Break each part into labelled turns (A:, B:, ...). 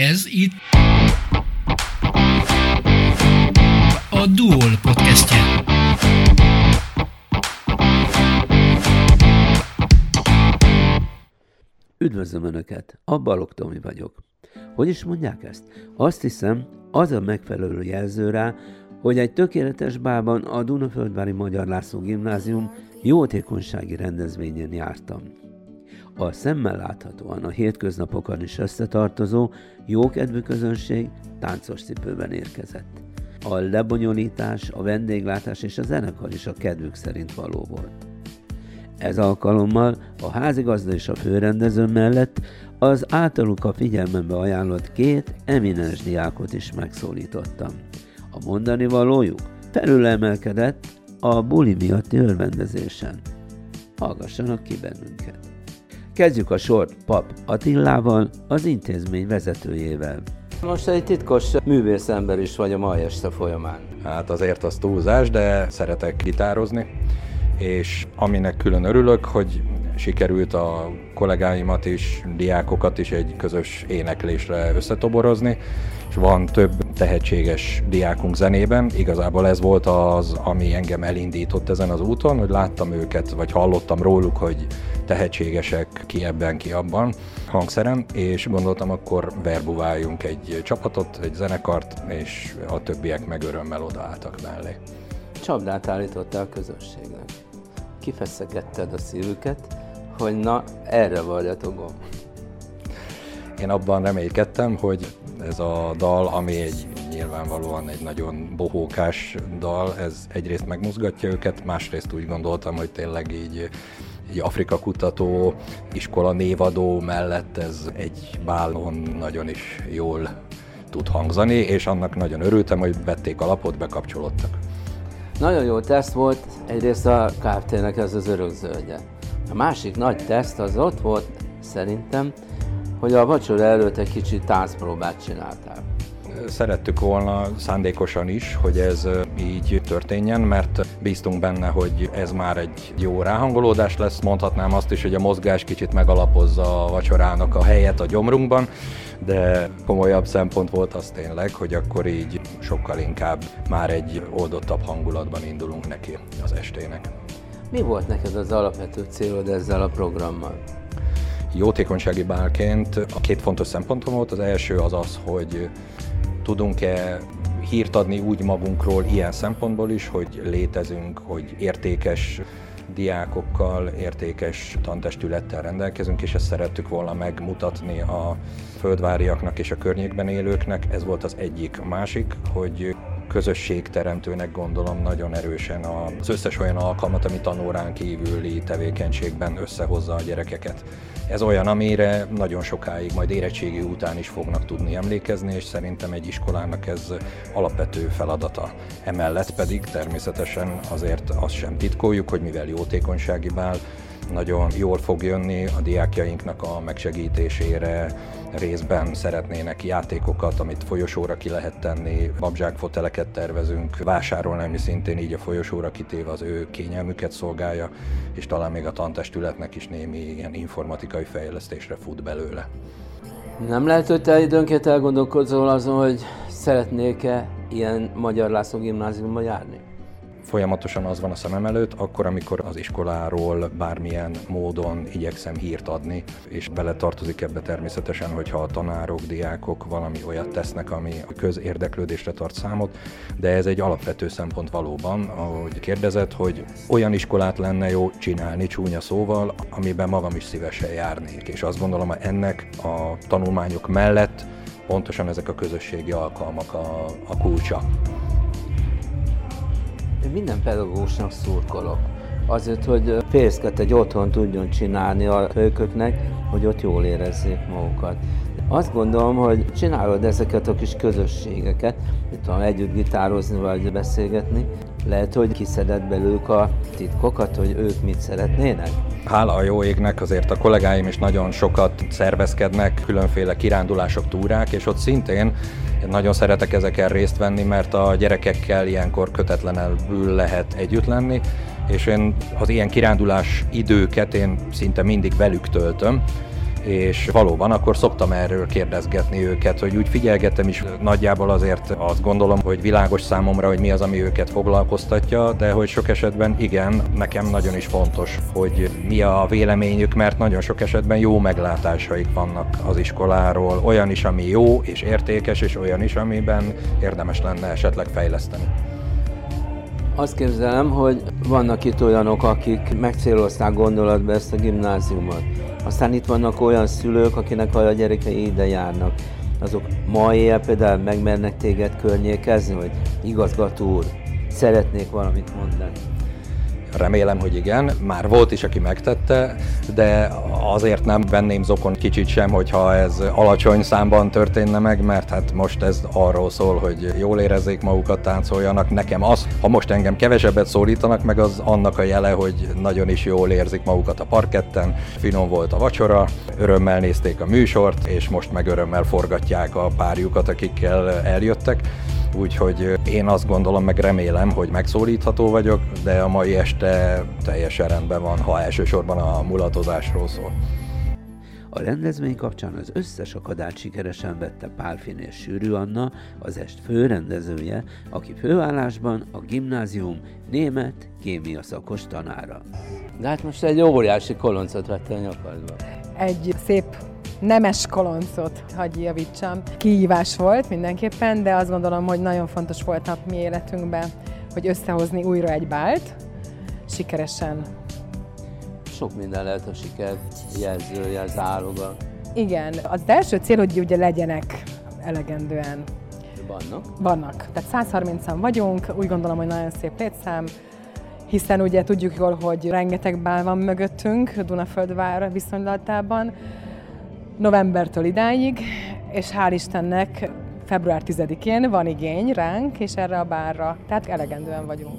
A: Ez itt a Duol podcastje.
B: Üdvözlöm Önöket, a Balogh Tomi vagyok. Hogy is mondják ezt? Azt hiszem, az a megfelelő jelző rá, hogy egy tökéletes bálban a Dunaföldvári Magyar László Gimnázium jótékonysági rendezvényen jártam. A szemmel láthatóan a hétköznapokon is összetartozó, jókedvű közönség táncos cipőben érkezett. A lebonyolítás, a vendéglátás és a zenekar is a kedvük szerint való volt. Ez alkalommal a házigazda és a főrendező mellett az általuk a figyelmembe ajánlott két eminens diákot is megszólítottam. A mondani valójuk felülemelkedett a buli miatti örvendezésen. Hallgassanak ki bennünket! Kezdjük a sort Pap Attillával, az intézmény vezetőjével. Most egy titkos művészember is vagy a mai este folyamán.
C: Hát azért az túlzás, de szeretek gitározni, és aminek külön örülök, hogy sikerült a kollégáimat is, diákokat is egy közös éneklésre összetoborozni, és van több tehetséges diákunk zenében. Igazából ez volt az, ami engem elindított ezen az úton, hogy láttam őket, vagy hallottam róluk, hogy tehetségesek, ki ebben, ki abban hangszeren, és gondoltam, akkor verbuváljunk egy csapatot, egy zenekart, és a többiek meg örömmel odaálltak mellé.
B: Csapdát állítottál a közönségnek. Kifeszegetted a szívüket, hogy na, erre varjatok.
C: Én abban reménykedtem, hogy ez a dal, ami nyilvánvalóan egy nagyon bohókás dal, ez egyrészt megmozgatja őket, másrészt úgy gondoltam, hogy tényleg így Afrika kutató, iskola névadó mellett ez egy bálon nagyon is jól tud hangzani, és annak nagyon örültem, hogy vették a lapot, bekapcsolódtak.
B: Nagyon jó teszt volt, egyrészt a Kft-nek ez az örökzöldje. A másik nagy teszt az ott volt, szerintem, hogy a vacsora előtt egy kicsit táncpróbát csináltál.
C: Szerettük volna szándékosan is, hogy ez így történjen, mert bíztunk benne, hogy ez már egy jó ráhangolódás lesz. Mondhatnám azt is, hogy a mozgás kicsit megalapozza a vacsorának a helyet a gyomrunkban, de komolyabb szempont volt az tényleg, hogy akkor így sokkal inkább már egy oldottabb hangulatban indulunk neki az estének.
B: Mi volt neked az alapvető célod ezzel a programmal?
C: Jótékonysági bálként két fontos szempontom volt. Az első az az, hogy tudunk-e hírt adni úgy magunkról ilyen szempontból is, hogy létezünk, hogy értékes diákokkal, értékes tantestülettel rendelkezünk, és ezt szerettük volna megmutatni a földváriaknak és a környékben élőknek. Ez volt az egyik. A másik, hogy közösségteremtőnek gondolom nagyon erősen az összes olyan alkalmat, ami tanórán kívüli tevékenységben összehozza a gyerekeket. Ez olyan, amire nagyon sokáig, majd érettségi után is fognak tudni emlékezni, és szerintem egy iskolának ez alapvető feladata. Emellett pedig természetesen azért azt sem titkoljuk, hogy mivel jótékonysági bál, nagyon jól fog jönni a diákjainknak a megsegítésére, részben szeretnének játékokat, amit folyosóra ki lehet tenni, babzsákfoteleket tervezünk vásárolni, ami szintén így a folyosóra kitéve az ő kényelmüket szolgálja, és talán még a tantestületnek is némi ilyen informatikai fejlesztésre fut belőle.
B: Nem lehet, hogy te időnként elgondolkozol azon, hogy szeretnék-e ilyen Magyar László Gimnáziumba járni?
C: Folyamatosan az van a szemem előtt, akkor, amikor az iskoláról bármilyen módon igyekszem hírt adni, és beletartozik ebbe természetesen, hogyha a tanárok, diákok valami olyat tesznek, ami közérdeklődésre tart számot, de ez egy alapvető szempont valóban, ahogy kérdezett, hogy olyan iskolát lenne jó csinálni csúnya szóval, amiben magam is szívesen járnék, és azt gondolom, hogy ennek a tanulmányok mellett pontosan ezek a közösségi alkalmak a kulcsa.
B: Én minden pedagógusnak szurkolok. Azért, hogy fészket egy otthon tudjon csinálni a kölyköknek, hogy ott jól érezzék magukat. Azt gondolom, hogy csinálod ezeket a kis közösségeket, itt van együtt gitározni vagy beszélgetni, lehet, hogy kiszeded belőlük a titkokat, hogy ők mit szeretnének?
C: Hála a jó égnek, azért a kollégáim is nagyon sokat szervezkednek, különféle kirándulások, túrák, és ott szintén nagyon szeretek ezeken részt venni, mert a gyerekekkel ilyenkor kötetlenül lehet együtt lenni, és én az ilyen kirándulás időket én szinte mindig velük töltöm, és valóban akkor szoktam erről kérdezgetni őket, hogy úgy figyelgetem is, nagyjából azért azt gondolom, hogy világos számomra, hogy mi az, ami őket foglalkoztatja, de hogy sok esetben igen, nekem nagyon is fontos, hogy mi a véleményük, mert nagyon sok esetben jó meglátásaik vannak az iskoláról, olyan is, ami jó és értékes, és olyan is, amiben érdemes lenne esetleg fejleszteni.
B: Azt képzelem, hogy vannak itt olyanok, akik megcélozták gondolatba ezt a gimnáziumot. Aztán itt vannak olyan szülők, akinek a gyerekei ide járnak. Azok ma éjjel például megmernek téged környékezni, hogy igazgató úr, szeretnék valamit mondani.
C: Remélem, hogy igen. Már volt is, aki megtette, de azért nem venném zokon kicsit sem, hogyha ez alacsony számban történne meg, mert hát most ez arról szól, hogy jól érezzék magukat, táncoljanak. Nekem az, ha most engem kevesebbet szólítanak meg, az annak a jele, hogy nagyon is jól érzik magukat a parketten, finom volt a vacsora, örömmel nézték a műsort, és most meg örömmel forgatják a párjukat, akikkel eljöttek. Úgyhogy én azt gondolom, meg remélem, hogy megszólítható vagyok, de a mai este teljesen rendben van, ha elsősorban a mulatozásról szól.
B: A rendezvény kapcsán az összes akadályt sikeresen vette Pál Finés Sűrű Anna, az est főrendezője, aki főállásban a gimnázium német-kémia szakos tanára. De hát most egy óriási koloncot vettél nyakadba.
D: Egy szép nemes koloncot, hagyj javítsam. Kihívás volt mindenképpen, de azt gondolom, hogy nagyon fontos volt a mi életünkben, hogy összehozni újra egy bált, sikeresen.
B: Sok minden lehet a siker jelzője, záloga.
D: Igen, az első cél, hogy ugye legyenek elegendően. Vannak. Tehát 130-an vagyunk, úgy gondolom, hogy nagyon szép létszám, hiszen ugye tudjuk jól, hogy rengeteg bál van mögöttünk Dunaföldvár viszonylatában, novembertől idáig, és hál' Istennek február 10-én van igény ránk, és erre a bálra, tehát elegendően vagyunk.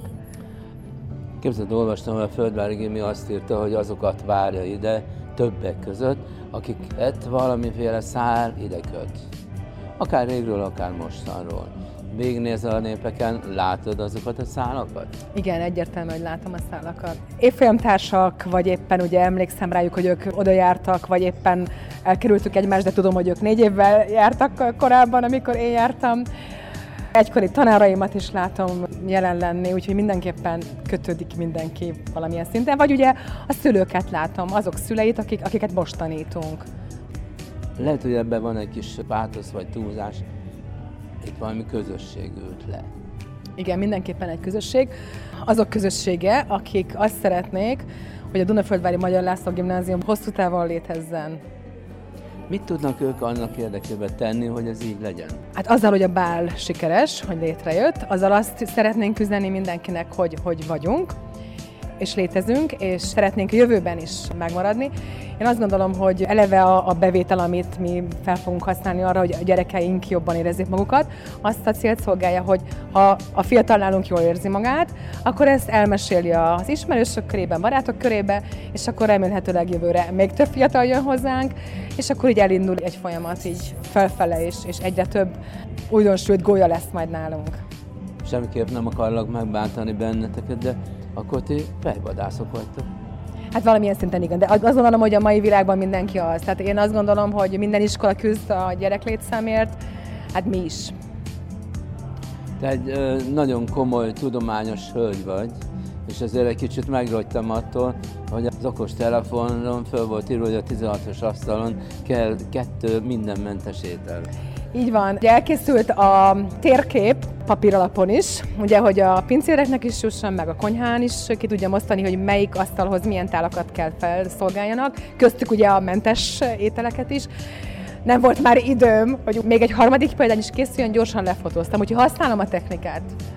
B: Képzeld, olvastam, hogy a Földvári Gimi azt írta, hogy azokat várja ide többek között, akiket valamiféle szál ide köt. Akár régről, akár mostanról. Végignézel a népeken, látod azokat a szálakat?
D: Igen, egyértelmű, hogy látom a szálakat. Évfolyamtársak, vagy éppen ugye emlékszem rájuk, hogy ők oda jártak, vagy éppen elkerültük egymást, de tudom, hogy ők 4 évvel jártak korábban, amikor én jártam. Egykori tanáraimat is látom jelen lenni, úgyhogy mindenképpen kötődik mindenki valamilyen szinten. Vagy ugye a szülőket látom, azok szüleit, akiket most tanítunk.
B: Lehet, hogy ebben van egy kis pátosz vagy túlzás. Itt valami közösség ült le.
D: Igen, mindenképpen egy közösség. Azok közössége, akik azt szeretnék, hogy a Dunaföldvári Magyar László Gimnázium hosszú távon létezzen.
B: Mit tudnak ők annak érdekében tenni, hogy ez így legyen?
D: Hát azzal, hogy a bál sikeres, hogy létrejött, azzal azt szeretnénk üzenni mindenkinek, hogy vagyunk, és létezünk, és szeretnénk a jövőben is megmaradni. Én azt gondolom, hogy eleve a bevétel, amit mi fel fogunk használni arra, hogy a gyerekeink jobban érezzék magukat, azt a célt szolgálja, hogy ha a fiatal nálunk jól érzi magát, akkor ezt elmeséli az ismerősök körében, barátok körébe, és akkor remélhetőleg jövőre még több fiatal jön hozzánk, és akkor így elindul egy folyamat így felfele, és egyre több újdonsült gólya lesz majd nálunk.
B: Semmiképp nem akarlak megbántani benneteket, de akkor ti fejvadászok vagytok.
D: Hát valamilyen szinten igen, de azt gondolom, hogy a mai világban mindenki az. Tehát én azt gondolom, hogy minden iskola küzd a gyereklétszámért, hát mi is.
B: Te egy nagyon komoly, tudományos hölgy vagy, és ezért egy kicsit megrogytam attól, hogy az okostelefonon föl volt írva, hogy a 16-os asztalon kell 2 mindenmentes étel.
D: Így van. Ugye elkészült a térkép papíralapon is, ugye, hogy a pincéreknek is jusson, meg a konyhán is ki tudjam osztani, hogy melyik asztalhoz milyen tálakat kell felszolgáljanak, köztük ugye a mentes ételeket is. Nem volt már időm, hogy még egy harmadik példány is készüljön, gyorsan lefotóztam, úgyhogy használom a technikát.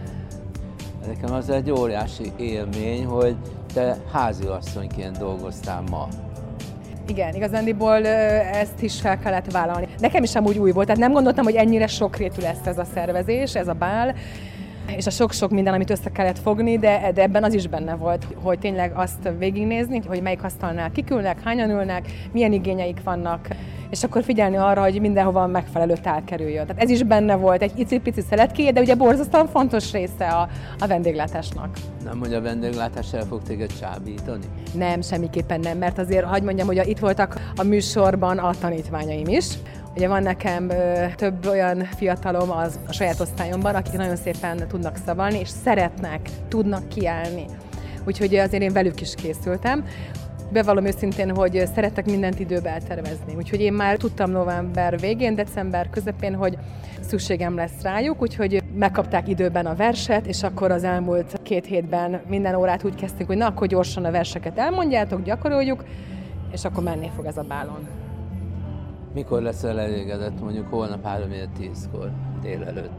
B: Nekem az egy óriási élmény, hogy te háziasszonyként dolgoztál ma.
D: Igen, igazándiból ezt is fel kellett vállalni. Nekem is amúgy új volt, tehát nem gondoltam, hogy ennyire sokrétű lesz ez a szervezés, ez a bál, és a sok-sok minden, amit össze kellett fogni, de ebben az is benne volt, hogy tényleg azt végignézni, hogy melyik asztalnál kik ülnek, hányan ülnek, milyen igényeik vannak, és akkor figyelni arra, hogy mindenhova megfelelő tál kerüljön. Tehát ez is benne volt, egy icipici szeletkéje, de ugye borzasztóan fontos része a vendéglátásnak.
B: Nem, hogy a vendéglátás el fog téged csábítani?
D: Nem, semmiképpen nem, mert azért hagyd mondjam, hogy itt voltak a műsorban a tanítványaim is. Ugye van nekem több olyan fiatalom a saját osztályomban, akik nagyon szépen tudnak szavalni, és tudnak kiállni. Úgyhogy azért én velük is készültem. Bevallom őszintén, hogy szeretek mindent időbe eltervezni. Úgyhogy én már tudtam november végén, december közepén, hogy szükségem lesz rájuk, úgyhogy megkapták időben a verset, és akkor az elmúlt 2 hétben minden órát úgy kezdtük, hogy na, akkor gyorsan a verseket elmondjátok, gyakoroljuk, és akkor menni fog ez a bálon.
B: Mikor leszel elégedett, mondjuk holnap 3-10-kor délelőtt?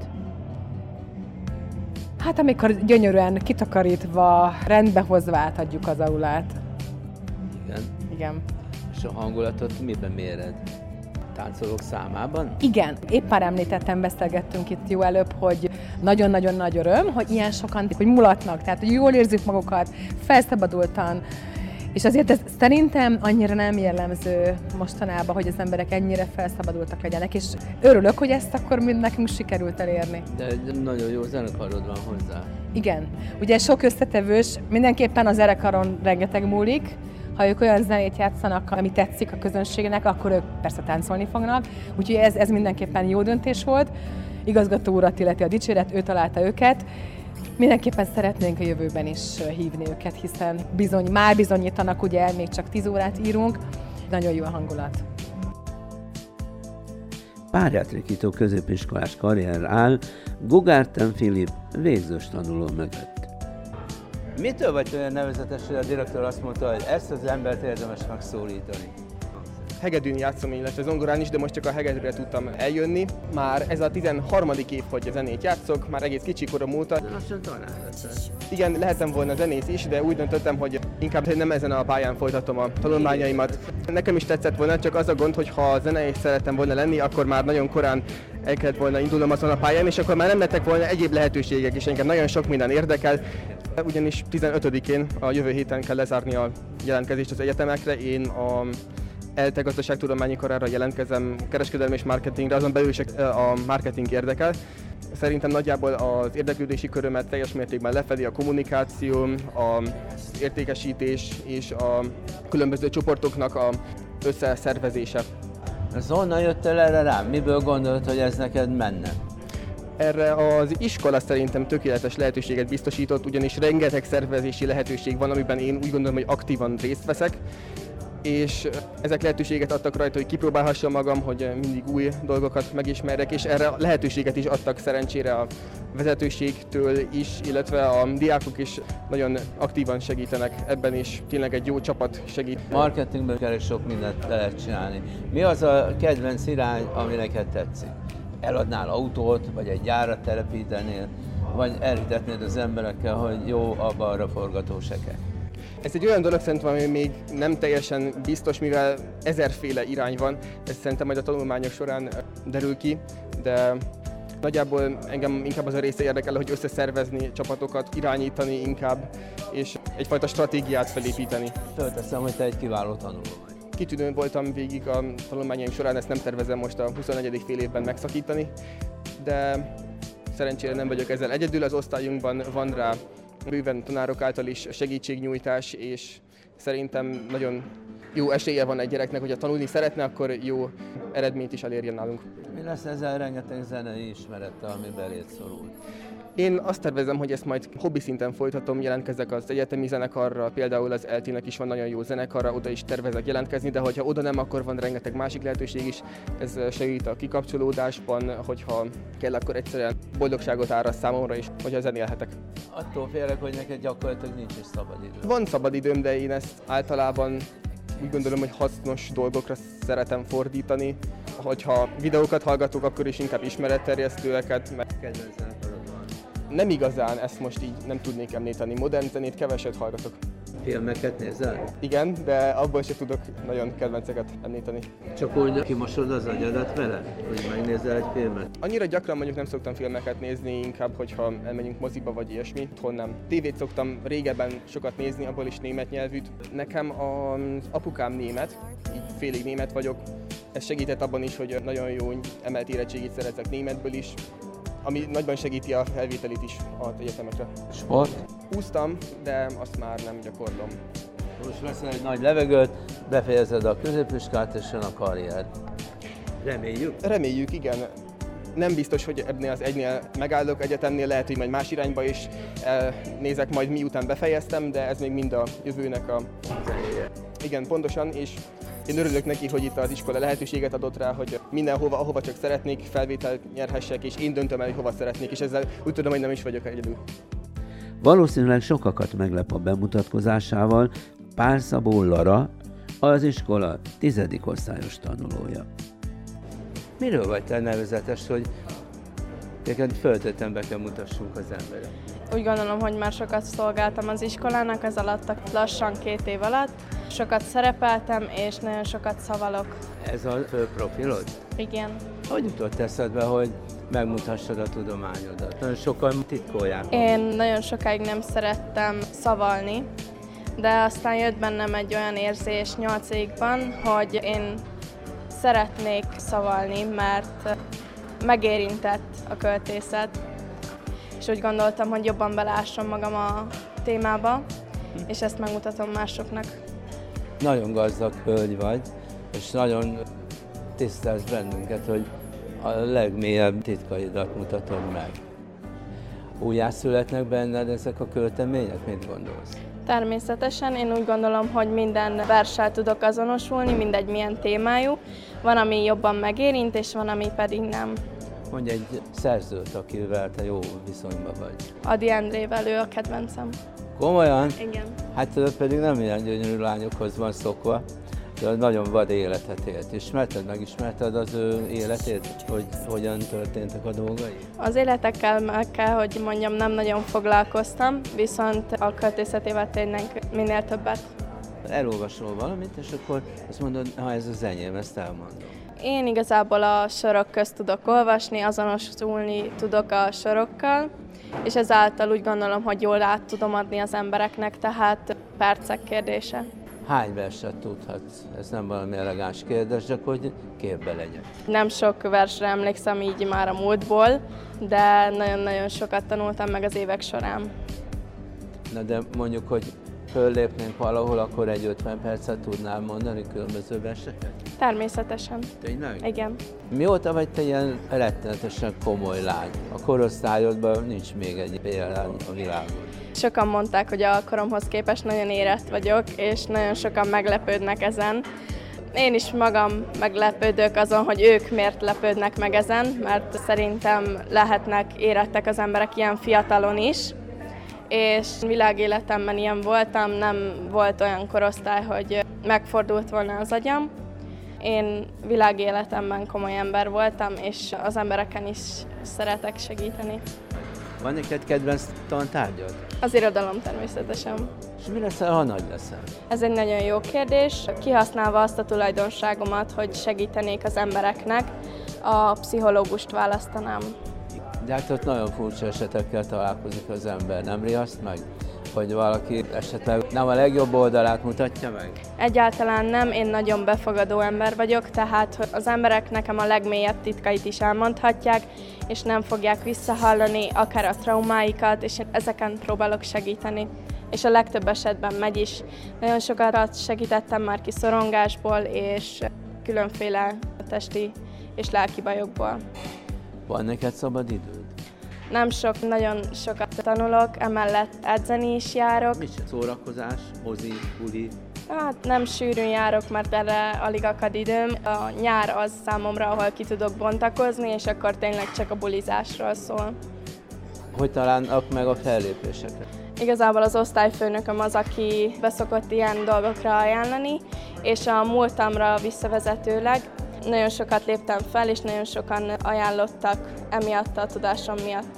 D: Hát amikor gyönyörűen kitakarítva, rendbehozva átadjuk az aulát.
B: Igen?
D: Igen.
B: És a hangulatot miben méred? Táncolók számában?
D: Igen. Épp már említettem, beszélgettünk itt jó előbb, hogy nagyon-nagyon nagy öröm, hogy ilyen sokan, hogy mulatnak, tehát hogy jól érzik magukat, felszabadultan, és azért ez szerintem annyira nem jellemző mostanában, hogy az emberek ennyire felszabadultak legyenek, és örülök, hogy ezt akkor mind nekünk sikerült elérni.
B: De nagyon jó zenekarod van hozzá.
D: Igen. Ugye sok összetevős, mindenképpen a zenekaron rengeteg múlik. Ha ők olyan zenét játszanak, ami tetszik a közönségnek, akkor ők persze táncolni fognak. Úgyhogy ez mindenképpen jó döntés volt. Igazgató urat illeti a dicséret, ő találta őket. Mindenképpen szeretnénk a jövőben is hívni őket, hiszen már bizonyítanak, ugye még csak 10 órát írunk, nagyon jó a hangulat.
B: Párját középiskolás karrier áll Gogárten Filip végzős tanuló mögött. Mitől vagy olyan nevezetes, hogy a direktor azt mondta, hogy ezt az embert érdemes megszólítani?
E: Hegedűn játszom, illetve zongorán is, de most csak a hegedűre tudtam eljönni. Már ez a 13. év, hogy a zenét játszok, már egész kicsi korom óta.
B: De lassan tanár leszel.
E: Igen, lehetem volna zenész is, de úgy döntöttem, hogy inkább nem ezen a pályán folytatom a tanulmányaimat. Nekem is tetszett volna, csak az a gond, hogy ha zenész szerettem volna lenni, akkor már nagyon korán el kellett volna indulnom azon a pályán, és akkor már nem lettek volna egyéb lehetőségek, és engem nagyon sok minden érdekel. Ugyanis 15-én, a jövő héten kell lezárni a jelentkezést az egyetemekre. Én a ELTE gazdaságtudományi karára jelentkezem, kereskedelmi és marketingre, azon belül is a marketing érdekel. Szerintem nagyjából az érdeklődési körömet teljes mértékben lefedi a kommunikáció, az értékesítés és a különböző csoportoknak a összeszervezése.
B: Ez honnan jöttél erre rám? Miből gondolod, hogy ez neked menne?
E: Erre az iskola szerintem tökéletes lehetőséget biztosított, ugyanis rengeteg szervezési lehetőség van, amiben én úgy gondolom, hogy aktívan részt veszek, és ezek lehetőséget adtak rajta, hogy kipróbálhassam magam, hogy mindig új dolgokat megismerjek, és erre lehetőséget is adtak szerencsére a vezetőségtől is, illetve a diákok is nagyon aktívan segítenek ebben is, tényleg egy jó csapat segít.
B: Marketingben kell sok mindent lehet csinálni. Mi az a kedvenc irány, ami neked tetszik? Eladnál autót, vagy egy gyárat telepítenél, vagy elhitetnéd az emberekkel, hogy jó abba-arra forgatóseke?
E: Ez egy olyan dolog szerintem, ami még nem teljesen biztos, mivel 1000-féle irány van, ez szerintem majd a tanulmányok során derül ki, de nagyjából engem inkább az a része érdekel, hogy összeszervezni csapatokat, irányítani inkább, és egyfajta stratégiát felépíteni.
B: Fölteszem, hogy te egy kiváló tanuló vagy.
E: Kitűnő voltam végig a tanulmányaim során, ezt nem tervezem most a 24. fél évben megszakítani, de szerencsére nem vagyok ezzel egyedül, az osztályunkban van rá bőven tanárok által is segítségnyújtás, és szerintem nagyon jó esélye van egy gyereknek, hogyha tanulni szeretne, akkor jó eredményt is elérjen nálunk.
B: Mi lesz ezzel rengeteg zenei ismerettel, ami beléd szorul?
E: Én azt tervezem, hogy ezt majd hobbi szinten folytatom, jelentkezek az egyetemi zenekarra, például az ELTE-nek is van nagyon jó zenekarra, oda is tervezek jelentkezni, de hogyha oda nem, akkor van rengeteg másik lehetőség is. Ez segít a kikapcsolódásban, hogyha kell, akkor egyszerűen boldogságot áraszt számomra is, hogyha zenélhetek.
B: Attól félek, hogy neked gyakorlatilag nincs is szabadidő.
E: Van szabadidőm, de én ezt általában úgy gondolom, hogy hasznos dolgokra szeretem fordítani. Hogyha videókat hallgatok, akkor is inkább ismeretterjesztőeket.
B: Kedvenc zenekarod van?
E: Nem igazán, ezt most így nem tudnék említeni. Modern zenét keveset hallgatok.
B: Filmeket nézel?
E: Igen, de abból sem tudok nagyon kedvenceket említeni.
B: Csak úgy kimosod az agyadat vele, hogy megnézel egy filmet?
E: Annyira gyakran mondjuk nem szoktam filmeket nézni, inkább hogyha elmegyünk moziba vagy ilyesmi, itthon nem. Tévét szoktam régebben sokat nézni, abból is német nyelvűt. Nekem az apukám német, így félig német vagyok, Ez segített abban is, hogy nagyon jó emelt érettségit szerezek németből is, ami nagyban segíti a felvételit is az egyetemekre.
B: Sport?
E: Úsztam, de azt már nem gyakorlom.
B: Most veszel egy nagy levegőt, befejezed a középiskolát, és jön a karrier. Reméljük?
E: Reméljük, igen. Nem biztos, hogy ebnél az egynél megállok egyetemnél, lehet, hogy majd más irányba is nézek majd miután befejeztem, de ez még mind a jövőnek a... Igen, pontosan, és én örülök neki, hogy itt az iskola lehetőséget adott rá, hogy mindenhova, ahova csak szeretnék, felvételt nyerhessek, és én döntöm el, hogy hova szeretnék, és ezzel úgy tudom, hogy nem is vagyok egyedül.
B: Valószínűleg sokakat meglep a bemutatkozásával Pál Szabó Lara, az iskola 10. osztályos tanulója. Miről vagy te nevezetes, hogy téged föltettem be kell mutassunk az emberek?
F: Úgy gondolom, hogy már sokat szolgáltam az iskolának, ez alatt lassan 2 év alatt. Sokat szerepeltem, és nagyon sokat szavalok.
B: Ez a fő profilod?
F: Igen.
B: Hogy jutott eszedbe, hogy megmutassad a tudományodat? Nagyon sokan titkolják.
F: Én nagyon sokáig nem szerettem szavalni, de aztán jött bennem egy olyan érzés 8 évben, hogy én szeretnék szavalni, mert megérintett a költészet, és úgy gondoltam, hogy jobban belássam magam a témába, és ezt megmutatom másoknak.
B: Nagyon gazdag hölgy vagy, és nagyon tisztelsz bennünket, hogy a legmélyebb titkaidat mutatod meg. Újjászületnek benned ezek a költemények? Mit gondolsz?
F: Természetesen én úgy gondolom, hogy minden verssel tudok azonosulni, mindegy milyen témájú. Van, ami jobban megérint, és van, ami pedig nem.
B: Mondj egy szerzőt, akivel te jó viszonyban vagy.
F: Ady Endrével, ő a kedvencem.
B: Komolyan?
F: Igen.
B: Hát ő pedig nem ilyen gyönyörű lányokhoz van szokva, de nagyon vad életet élt. Megismerted az ő életét, hogy hogyan történtek a dolgai?
F: Az életekkel meg kell, hogy mondjam, nem nagyon foglalkoztam, viszont a költészetével tényleg minél többet.
B: Elolvasol valamit, és akkor azt mondod, ha ez az enyém, ezt elmondom.
F: Én igazából a sorok közt tudok olvasni, azonosulni tudok a sorokkal, és ezáltal úgy gondolom, hogy jól át tudom adni az embereknek, tehát percek kérdése.
B: Hány verset tudhatsz? Ez nem valami elegáns kérdés, csak hogy képbe legyek.
F: Nem sok versre emlékszem így már a múltból, de nagyon-nagyon sokat tanultam meg az évek során.
B: Na de mondjuk, hogy föllépnénk valahol, akkor egy 50 percet tudnál mondani különböző verseket?
F: Természetesen.
B: Tényleg?
F: Igen.
B: Mióta vagy te ilyen rettenetesen komoly lány? A korosztályodban nincs még egy példány a világon.
F: Sokan mondták, hogy a koromhoz képest nagyon érett vagyok, és nagyon sokan meglepődnek ezen. Én is magam meglepődök azon, hogy ők miért lepődnek meg ezen, mert szerintem lehetnek érettek az emberek ilyen fiatalon is, és világéletemben ilyen voltam, nem volt olyan korosztály, hogy megfordult volna az agyam. Én világéletemben komoly ember voltam, és az embereken is szeretek segíteni.
B: Van neked kedvenc tantárgyad?
F: Az irodalom természetesen.
B: És mi leszel, ha nagy leszel?
F: Ez egy nagyon jó kérdés. Kihasználva azt a tulajdonságomat, hogy segítenék az embereknek, a pszichológust választanám.
B: De hát ott nagyon furcsa esetekkel találkozik az ember, nem riaszt meg? Hogy valaki esetleg nem a legjobb oldalát mutatja meg?
F: Egyáltalán nem, én nagyon befogadó ember vagyok, tehát hogy az emberek nekem a legmélyebb titkait is elmondhatják, és nem fogják visszahallani akár a traumáikat, és én ezeken próbálok segíteni. És a legtöbb esetben megy is. Nagyon sokat segítettem már ki szorongásból, és különféle testi és lelki bajokból.
B: Van neked szabad időd?
F: Nem sok, nagyon sokat tanulok, emellett edzeni is járok.
B: Mi szórakozás, mozi, buli?
F: Hát nem sűrűn járok, mert erre alig akad időm. A nyár az számomra, ahol ki tudok bontakozni, és akkor tényleg csak a bulizásról szól.
B: Hogy találnak meg a fellépéseket?
F: Igazából az osztályfőnököm az, aki beszokott ilyen dolgokra ajánlani, és a múltamra visszavezetőleg nagyon sokat léptem fel, és nagyon sokan ajánlottak emiatt a tudásom miatt.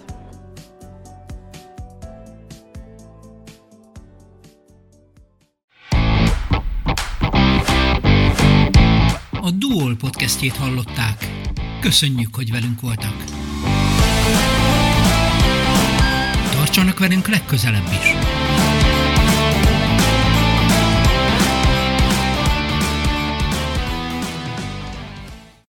A: A Duol podcastjét hallották. Köszönjük, hogy velünk voltak. Tartsanak velünk legközelebb is!